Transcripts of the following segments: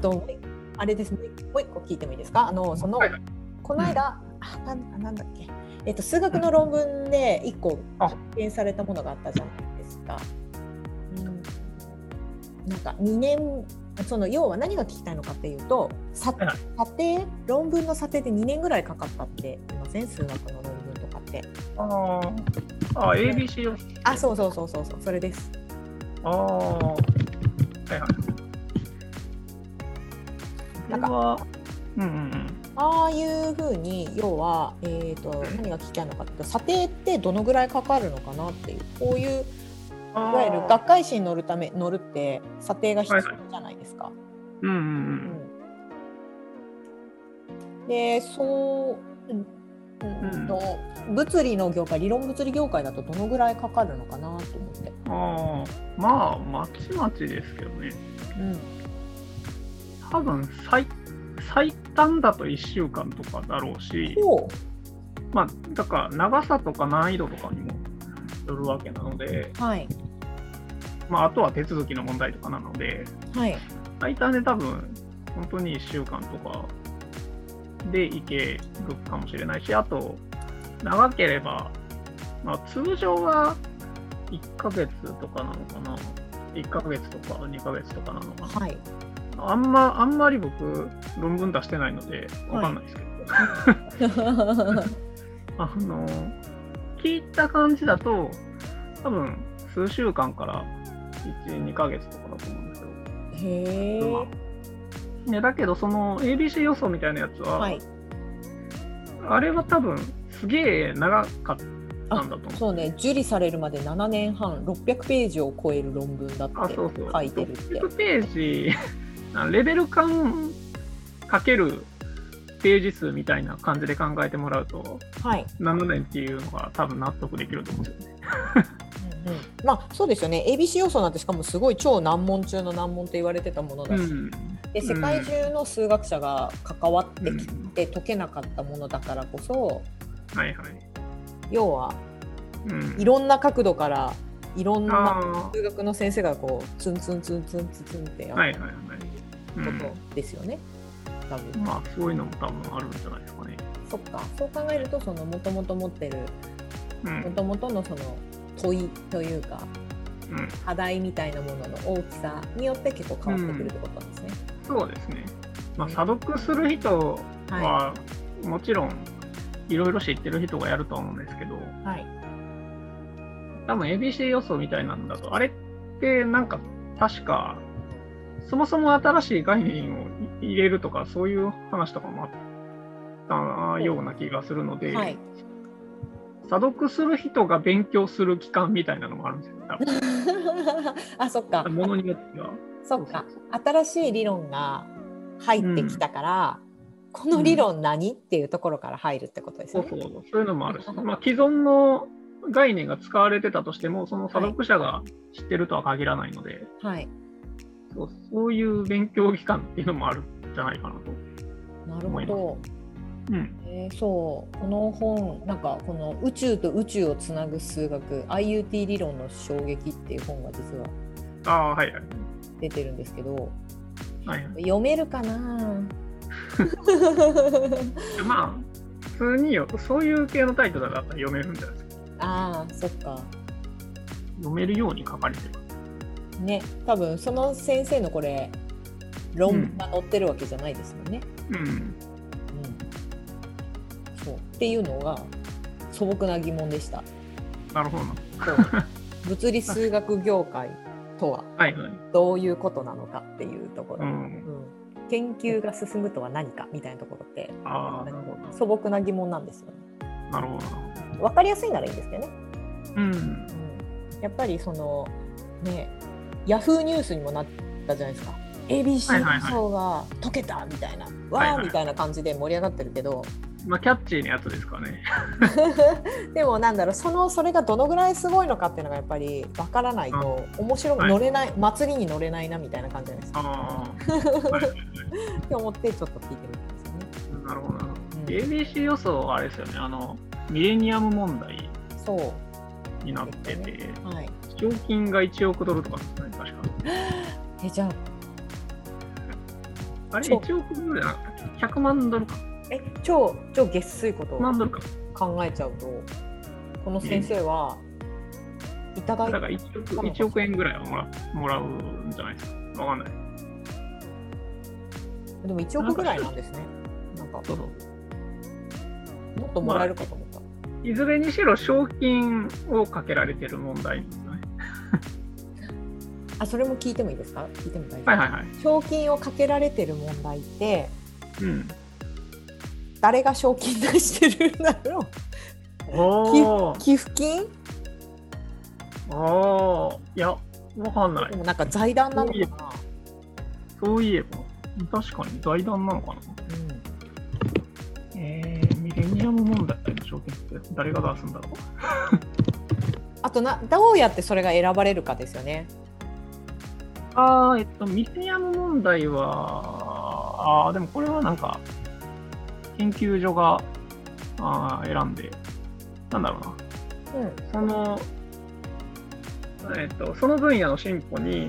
とあれですね、もう一個聞いてもいいですか。その、 はいはい、 この間、なんだっけ、数学の論文で1個発見されたものがあったじゃないですか。なんか2年、要は何が聞きたいのかっていうと、論文の査定で2年ぐらいかかったって言いません？数学の論文とかって。 ABC を。 そう、それです。 はいはい。 なんか、ああいうふうに、要は、何が聞きたいのかって、査定ってどのぐらいかかるのかなっていう、こういう、いわゆる学会誌に乗るって査定が必要じゃないですか。で、物理の業界、理論物理業界だとどのぐらいかかるのかなと思って。 まあまちまちですけどね。多分最短だと1週間とかだろうし、まあだから長さとか難易度とかにもよるわけなので、まああとは手続きの問題とかなので、最短で多分本当に1週間とかでいけるかもしれないし、あと長ければ、まあ通常は1ヶ月とかなのかな、1ヶ月とか2ヶ月とかなのかな。あんまり僕論文出してないのでわかんないですけど、聞いた感じだと多分数週間から1、2ヶ月とかだと思うんですよ。 へえ。だけどその ABC 予想みたいなやつは、あれは多分すげえ長かったんだと思う。 そうね、受理されるまで7年半、600ページを超える論文だって書いてるって。 600ページレベル間かけるページ数みたいな感じで考えてもらうと、7年っていうのが多分納得できると思うんですよね。 まあそうですよね。ABC 予想なんてしかもすごい超難問中の難問と言われてたものだし、で世界中の数学者が関わってきて解けなかったものだからこそ、要は、いろんな角度からいろんな数学の先生がこうツンツンってやることですよね。 まあそういうのも多分あるんじゃないですかね。 そっか、そう考えるとその元々持ってる元々のその問いというか、課題みたいなものの大きさによって結構変わってくるってことなんですね。 そうですね。まあ査読する人はもちろんいろいろ知ってる人がやると思うんですけど、多分 ABC 予想みたいなんだと、あれってなんか確かそもそも新しい概念を入れるとかそういう話とかもあったような気がするので、査読する人が勉強する期間みたいなのもあるんですよ、多分。 そっか。 ものによっては。 そっか。新しい理論が入ってきたから、この理論何っていうところから入るってことですね。 そういうのもあるし、まあ既存の概念が使われてたとしても、その査読者が知ってるとは限らないので、そういう勉強期間っていうのもあるんじゃないかなと思います。 なるほど。この本、なんかこの宇宙と宇宙をつなぐ数学 IUT 理論の衝撃っていう本が実は出てるんですけど、読めるかなまあ普通にそういう系のタイトルだったら読めるんじゃないですか。 そっか。 読めるように書かれてるね。多分その先生のこれ論文が載ってるわけじゃないですもんね。そうっていうのが素朴な疑問でした。 なるほど。 物理数学業界とはどういうことなのかっていうところ、研究が進むとは何かみたいなところって素朴な疑問なんですよね。 なるほど。 分かりやすいならいいんですけどね。やっぱりそのね、ヤフーニュースにもなったじゃないですか。ABC 予想が解けたみたいな、わーみたいな感じで盛り上がってるけど、 まあキャッチーなやつですかね。 でもなんだろう、それがどのぐらいすごいのかっていうのがやっぱりわからないと面白く乗れない、祭りに乗れないなみたいな感じじゃないですか。って思ってちょっと聞いてみたんですよね。 なるほど。ABC 予想はあれですよね。ミレニアム問題になってて、賞金が1億ドルとかですね、確か。 じゃああれ1億ドルじゃなかった100万ドルか。 超月水ことを万ドルか考えちゃうと、この先生はいただいた。 だから1億円ぐらいはもらうんじゃないですか。わかんない。 でも1億ぐらいなんですね。なんかそうもっともらえるかと思った。 いずれにしろ賞金をかけられてる問題ですね。 それも聞いてもいいですか？聞いても大丈夫？ はいはいはい。 賞金をかけられてる問題って、誰が賞金出してるんだろう？寄付金？ いや、わかんない。 でもなんか財団なのかな？ そういえば、確かに財団なのかな。ミレニアム問題の賞金って誰が出すんだろう。 あとどうやってそれが選ばれるかですよね。 ミレニアム問題は、でもこれはなんか研究所が選んで、なんだろうな、その分野の進歩に、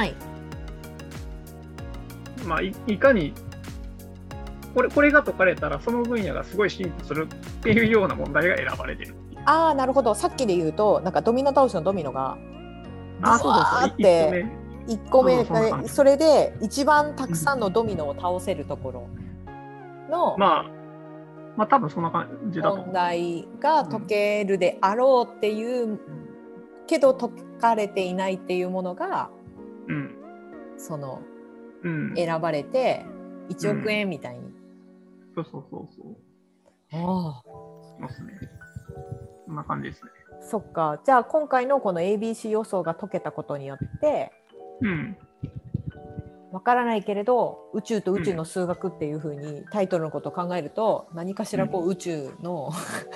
いかにこれが解かれたらその分野がすごい進歩するっていうような問題が選ばれてる。 なるほど。さっきで言うとなんかドミノ倒しのドミノがブワーって1個目で、それで一番たくさんのドミノを倒せるところの多分そんな感じだと思う。 問題が解けるであろうっていうけど解かれていないっていうものが、選ばれて1億円みたいに。 そう。ますね。そんな感じですね。 そっか。じゃあ今回のこの ABC 予想が解けたことによって、わからないけれど宇宙と宇宙の数学っていう風にタイトルのことを考えると、何かしら宇宙の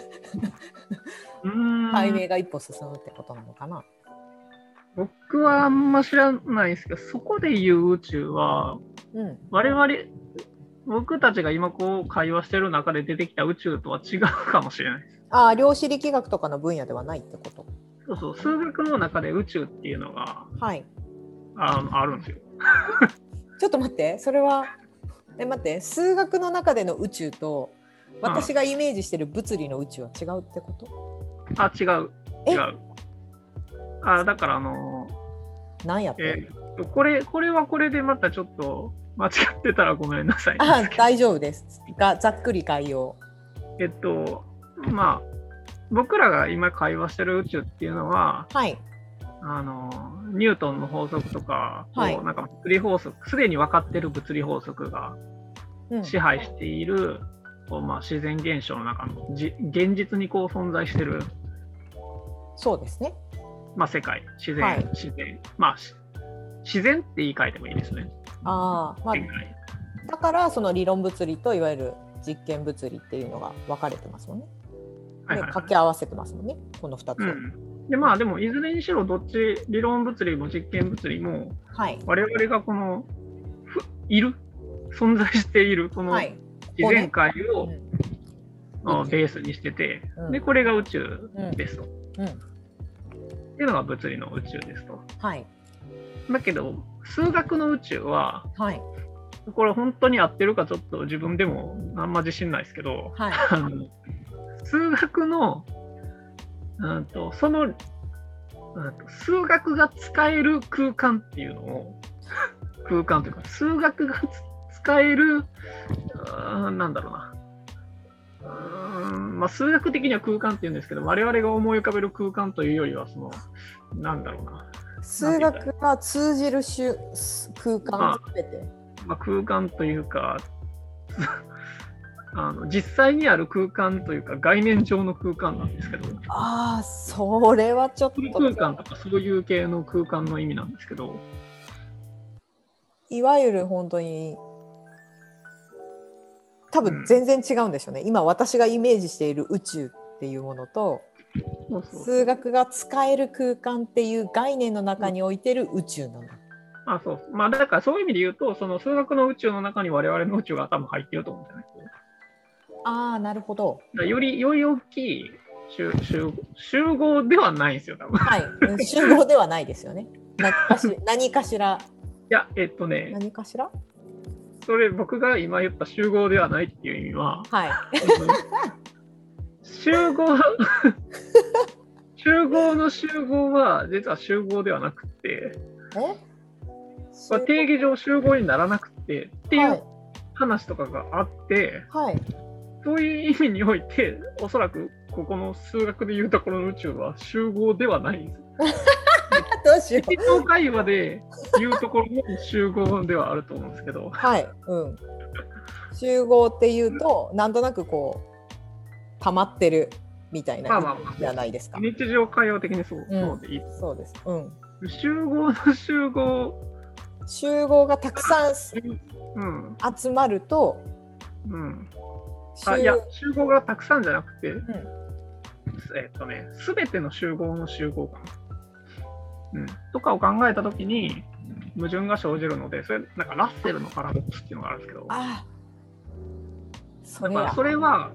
解明が一歩進むってことなのかな。 僕はあんま知らないですけど、そこでいう宇宙は、我々僕たちが今こう会話してる中で出てきた宇宙とは違うかもしれないです。 量子力学とかの分野ではないってこと？ そう、数学の中で宇宙っていうのが、あるんですよ。 ちょっと待って、それは待って、数学の中での宇宙と私がイメージしてる物理の宇宙は違うってこと？ 違う。だから何やって、 これはこれでまたちょっと間違ってたらごめんなさい。 大丈夫ですが、ざっくり概要。 僕らが今会話してる宇宙っていうのは、ニュートンの法則とか、なんか物理法則、すでに分かってる物理法則が支配している、自然現象の中の現実に存在してる、 そうですね。 世界、自然、自然って言い換えてもいいですね。 だからその理論物理といわゆる実験物理っていうのが分かれてますもんね。掛け合わせてますもんね、この2つを。 でもいずれにしろどっち理論物理も実験物理も、我々がこの存在しているこの自然界をベースにしてて、でこれが宇宙ですと、っていうのが物理の宇宙ですと。だけど数学の宇宙は、これ本当に合ってるかちょっと自分でもあんま自信ないですけど、数学のその数学が使える空間っていうのを空間というか数学が使えるなんだろうな、数学的には空間っていうんですけど、我々が思い浮かべる空間というよりはなんだろうな、 数学が通じる空間全て、 空間というか実際にある空間というか概念上の空間なんですけど、 それはちょっと空間とかそういう系の空間の意味なんですけど、 いわゆる本当に多分全然違うんでしょうね、今私がイメージしている宇宙っていうものと、数学が使える空間っていう概念の中においてる宇宙なんだ。 だからそういう意味で言うと、その数学の宇宙の中に我々の宇宙が多分入ってると思うんじゃないですか。 なるほど。 より大きい集合ではないんですよ、多分。 集合ではないですよね。何かしら。 いや、 何かしらそれ僕が今言った集合ではないっていう意味は、 はい、 集合の集合は実は集合ではなくて、定義上集合にならなくてっていう話とかがあって、はい、そういう意味においておそらくここの数学でいうところの宇宙は集合ではないんです。どうしよう。日常会話で言うところも集合ではあると思うんですけど、 はい、うん、集合っていうとなんとなくこう溜まってるみたいなじゃないですか。 日常会話的にそうでいい。 そうです。うん。 集合の集合がたくさん集まると、 うん。いや、集合がたくさんじゃなくて、全ての集合の集合かな。とかを考えたときに矛盾が生じるので、それなんかラッセルのパラドックスっていうのがあるんですけど、それは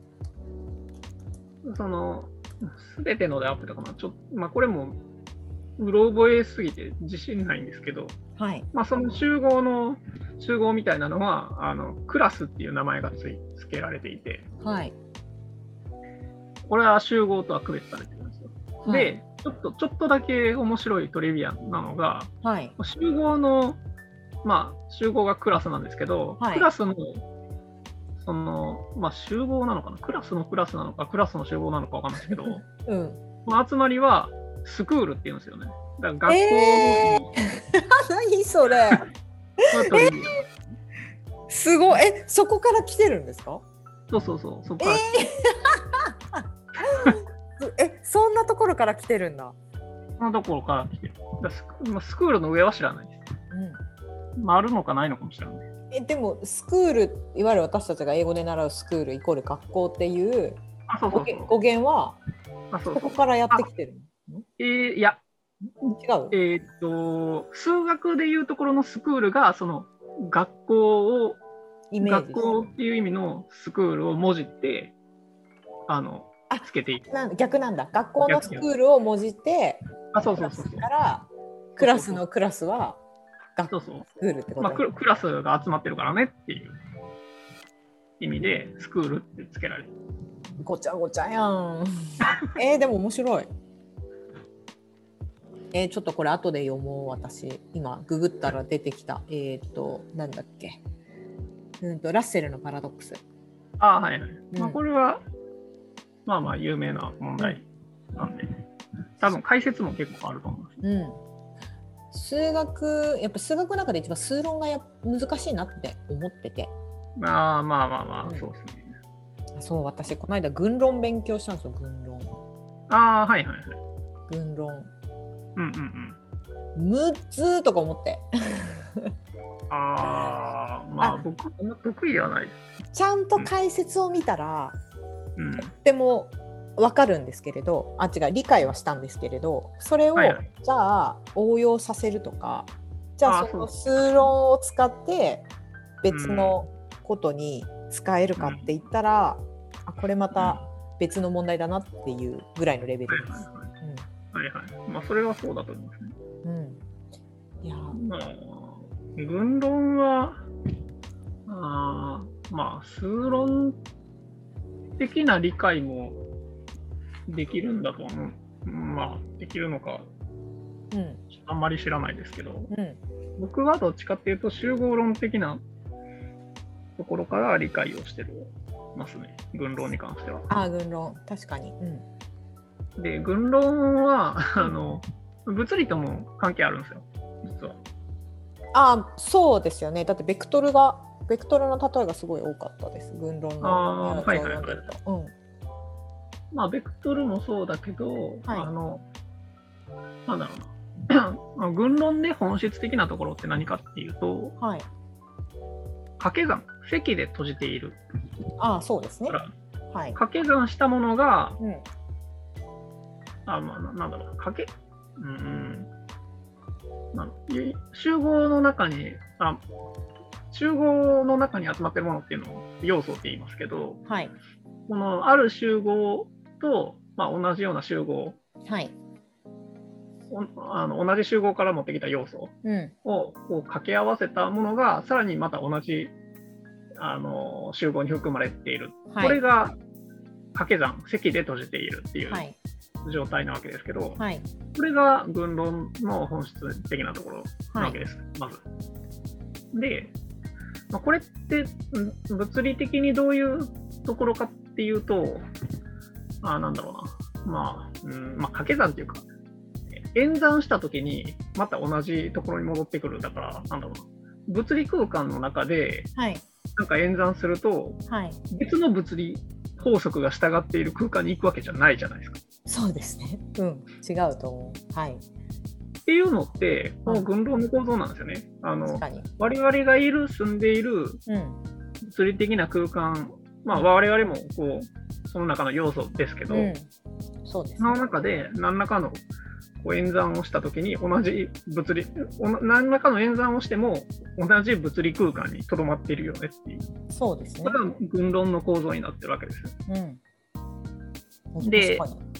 その全てのでアップとかこれもうろ覚えすぎて自信ないんですけど、はい、その集合みたいなのはクラスっていう名前が付けられていて、はい、これは集合とは区別されてるんですよ。はい、でちょっとだけ面白いトリビアなのが、はい、集合がクラスなんですけど、はい、クラスの集合なのかな、クラスのクラスなのかクラスの集合なのか分かんないですけど、この集まりはスクールって言うんですよね。だから学校の、 何それすごい。そこから来てるんですか？ そうそこからそんなところから来てるんだ。 そんなところから来てる。スクールの上は知らないです。あるのかないのかもしれない。 でもスクール、いわゆる私たちが英語で習うスクールイコール学校っていう語源はそこからやってきてるの？ いや違う。数学でいうところのスクールがその学校を学校っていう意味のスクールをもじってつけている。 逆なんだ。学校のスクールをもじってからクラスのクラスは学校スクールってこと、 クラスが集まってるからねっていう意味でスクールってつけられる。 ごちゃごちゃやん。でも面白い。ちょっとこれ後で読もう。私今ググったら出てきた。なんだっけ、ラッセルのパラドックス。 はいはい。これは有名な問題なんで、多分解説も結構あると思います。 やっぱ数学の中で一番数論が難しいなって思ってて。 そうですね。 そう、私この間軍論勉強したんですよ。軍論。 はいはいはい。 軍論。6つとか思って。 僕得意ではない。 ちゃんと解説を見たら、とっても分かるんですけれど、理解はしたんですけれど、それを、じゃあ応用させるとか、じゃあその数論を使って別のことに使えるかって言ったら、これまた別の問題だなっていうぐらいのレベルです。 それはそうだと思いますね。いや軍論は数論的な理解もできるんだと思う。できるのか、あんまり知らないですけど、僕はどっちかっていうと集合論的なところから理解をしてますね。軍論に関しては。 軍論確かに。 で軍論は物理とも関係あるんですよ、実は。 そうですよね。だってベクトルの例えがすごい多かったです。軍論のベクトルもそうだけど、なんだろうな軍論で本質的なところって何かっていうと、掛け算、積で閉じている。 そうですね。 掛け算したものが、なんだろう、集合の中に集まっているものっていうのを要素って言いますけど、このある集合と、同じような集合同じ集合から持ってきた要素を掛け合わせたものがさらにまた同じ集合に含まれている、はい、これが掛け算積で閉じているっていう状態なわけですけど、はい、これが群論の本質的なところなわけです、はい、まず。で、これって物理的にどういうところかっていうと、なんだろうな、掛け算っていうか演算したときにまた同じところに戻ってくる。だからなんだろうな、物理空間の中でなんか演算すると、はい、別の物理法則が従っている空間に行くわけじゃないじゃないですか。 そうですね。うん、違うと思う。はい。 っていうのってこの群論の構造なんですよね。我々が住んでいる物理的な空間、我々もこうその中の要素ですけど、 そうですね、 その中で何らかの演算をしたときに何らかの演算をしても同じ物理空間にとどまっているよねっていう。 そうですね。 これが群論の構造になってるわけです。で、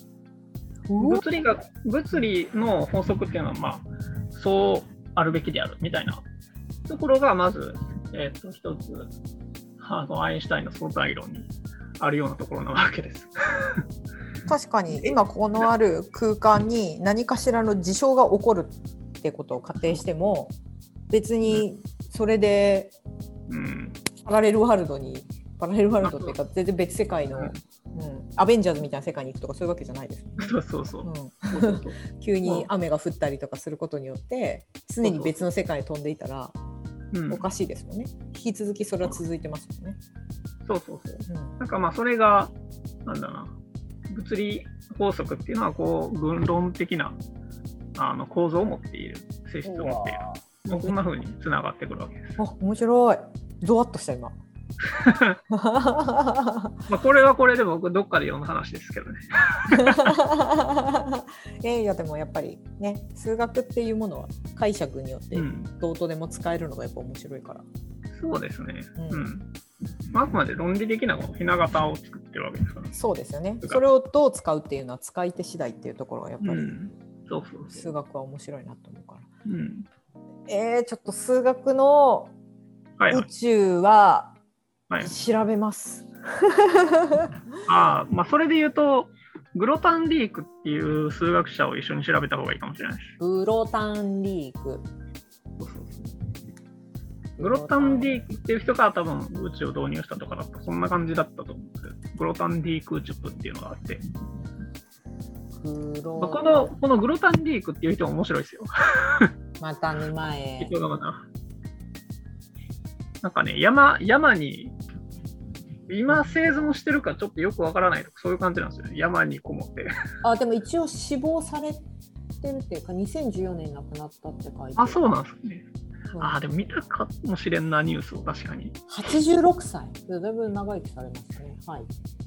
物理の法則っていうのはそうあるべきであるみたいなところがまず、一つアインシュタインの相対論にあるようなところなわけです。 確かに今このある空間に何かしらの事象が起こるってことを仮定しても別にそれでパラレルワールドっていうか全然別世界の、アベンジャーズみたいな世界に行くとかそういうわけじゃないです、ね、急に雨が降ったりとかすることによって常に別の世界に飛んでいたらおかしいですもんね。引き続きそれは続いてますもんね。 なんかそれがなんだな、物理法則っていうのはこう群論的な構造を持っている、性質を持っている、こんな風につながってくるわけです。 面白い。ゾワッとした今。 これはこれで僕どっかで読む話ですけどね。 いやでもやっぱりね、数学っていうものは解釈によってどうとでも使えるのがやっぱ面白いから。 そうですね。あくまで論理的なひな形を作ってるわけですから。 そうですよね。それをどう使うっていうのは使い手次第っていうところがやっぱり数学は面白いなと思うから。ちょっと数学の宇宙は調べます。 それで言うとグロタンリークっていう数学者を一緒に調べた方がいいかもしれないです。 グロタンリーク。 グロタンリークっていう人が多分宇宙を導入したとかだった、そんな感じだったと思うんですけど、グロタンリーク宇宙っていうのがあって、このグロタンリークっていう人も面白いですよ。 また沼へ。 なんかね、山に今生存してるかちょっとよくわからないとか、そういう感じなんですよね。山にこもって。 でも一応死亡されてるっていうか2014年亡くなったって書いてある。 そうなんですね。でも見たかもしれんなニュースを。確かに 86歳だいぶ長生きされましたね。はい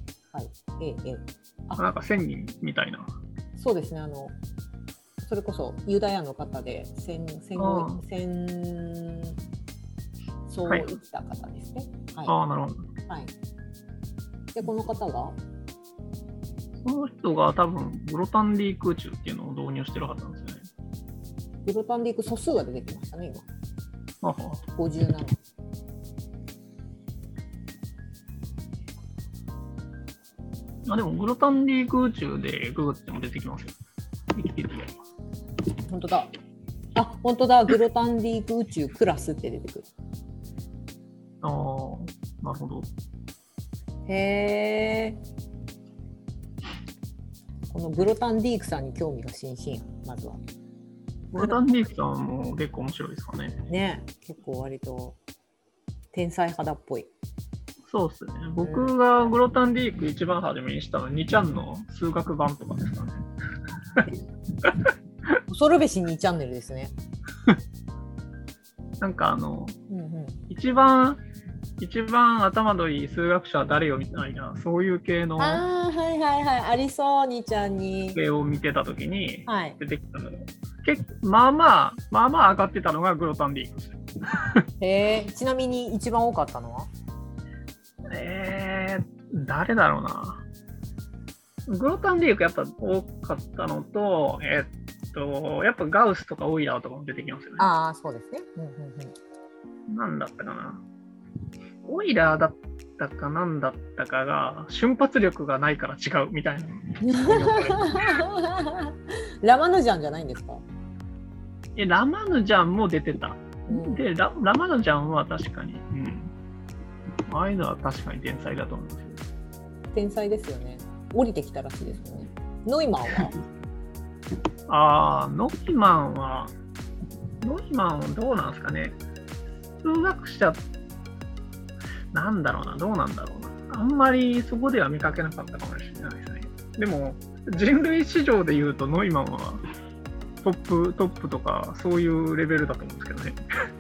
なんか1000人みたいな。 そうですね。それこそユダヤの方でそういった方ですね。 なるほど。 はい。でこの方がこの人が多分グロタンリーク宇宙っていうのを導入してるはずなんですよね。 グロタンリーク素数が出てきましたね今。57。 でもグロタンリーク宇宙でググっても出てきますよ。 本当だ。本当だ。グロタンリーク宇宙クラスって出てくる。 なるほど。 へー。このグロタンディークさんに興味が津々。まずはグロタンディークさんも結構面白いですかね。 結構割と天才肌っぽい。 そうですね。僕がグロタンディーク一番初めにしたのは2ちゃんの数学版とかですかね。 恐るべし2チャンネルですね。 なんか一番頭のいい数学者は誰よみたいな、そういう系のありそう2ちゃんに系を見てた時に出てきたので、まあまあ上がってたのがグロタンディークです。 ちなみに一番多かったのは誰だろうな。グロタンディークやっぱ多かったのと、 やっぱガウスとかオイラーとかも出てきますよね。 ああ、そうですね。 なんだったかな。オイラーだったかなんだったかが瞬発力がないから違うみたいな。 ラマヌジャンじゃないんですか？ ラマヌジャンも出てた。でラマヌジャンは確かに、ああいうのは確かに天才だと思うんですよ。 天才ですよね。降りてきたらしいですよね。ノイマンはノイマンはどうなんですかね。数学者なんだろうな、どうなんだろうな。あんまりそこでは見かけなかったかもしれないですね。でも人類史上でいうとノイマンはトップとかそういうレベルだと思うんですけどね。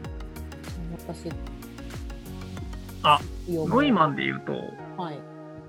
ノイマンでいうと、はい、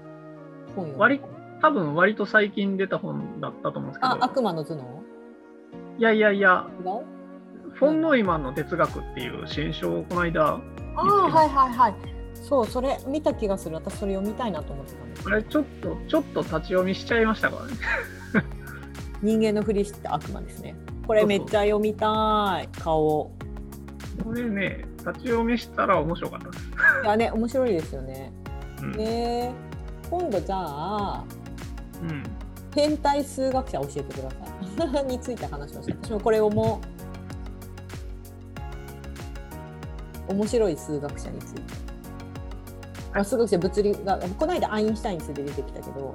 多分割と最近出た本だったと思うんですけど。 悪魔の頭脳？ いやフォン・ノイマンの哲学っていう新書をこの間。 そう、それ見た気がする。私それ読みたいなと思ってたんです。 あれちょっと立ち読みしちゃいましたからね。 人間のふりして悪魔ですね。これめっちゃ読みたい。顔。 これね、立ち読みしたら面白かったです。 いやね、面白いですよね。今度じゃあ、変態数学者教えてください。について話をして、私もこれを面白い数学者について。数学者物理がこの間アインシュタインについて出てきたけど。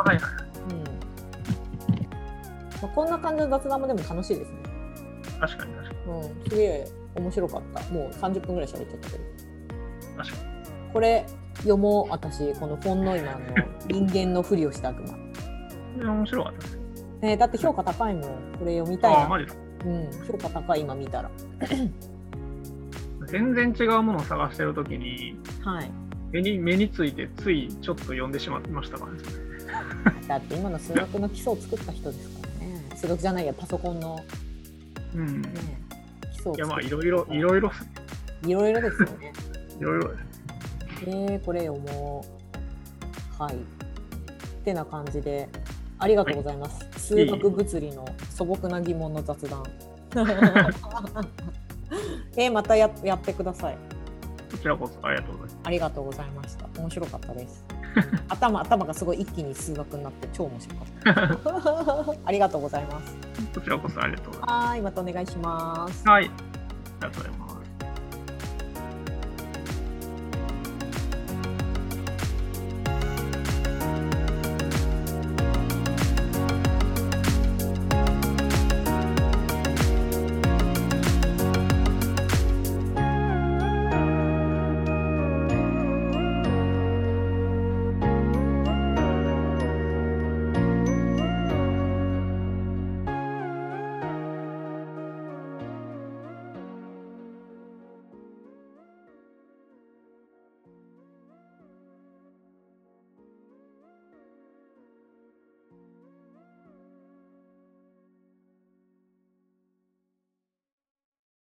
こんな感じの雑談もでも楽しいですね。 確かに。 すげえ面白かった。もう30分ぐらい喋っちゃったけど。 確かに。 これ読もう、私。このフォン・ノイマンの人間のふりをした悪魔。 面白かったですね。だって評価高いもん。これ読みたいな。 マジですか？ 評価高い、今見たら。 全然違うものを探してるときに、目についてついちょっと読んでしまいましたからね。 だって今の数学の基礎を作った人ですからね。数学じゃないや、パソコンの、基礎を作った。いや、 いろいろですね。いろいろですよね。 いろいろです。 これ読もう。ってな感じで、ありがとうございます。数学物理の素朴な疑問の雑談。またやってください。 こちらこそありがとうございます。 ありがとうございました。面白かったです。頭がすごい一気に数学になって超面白かった。ありがとうございます。 こちらこそありがとうございます。 またお願いします。 ありがとうございます。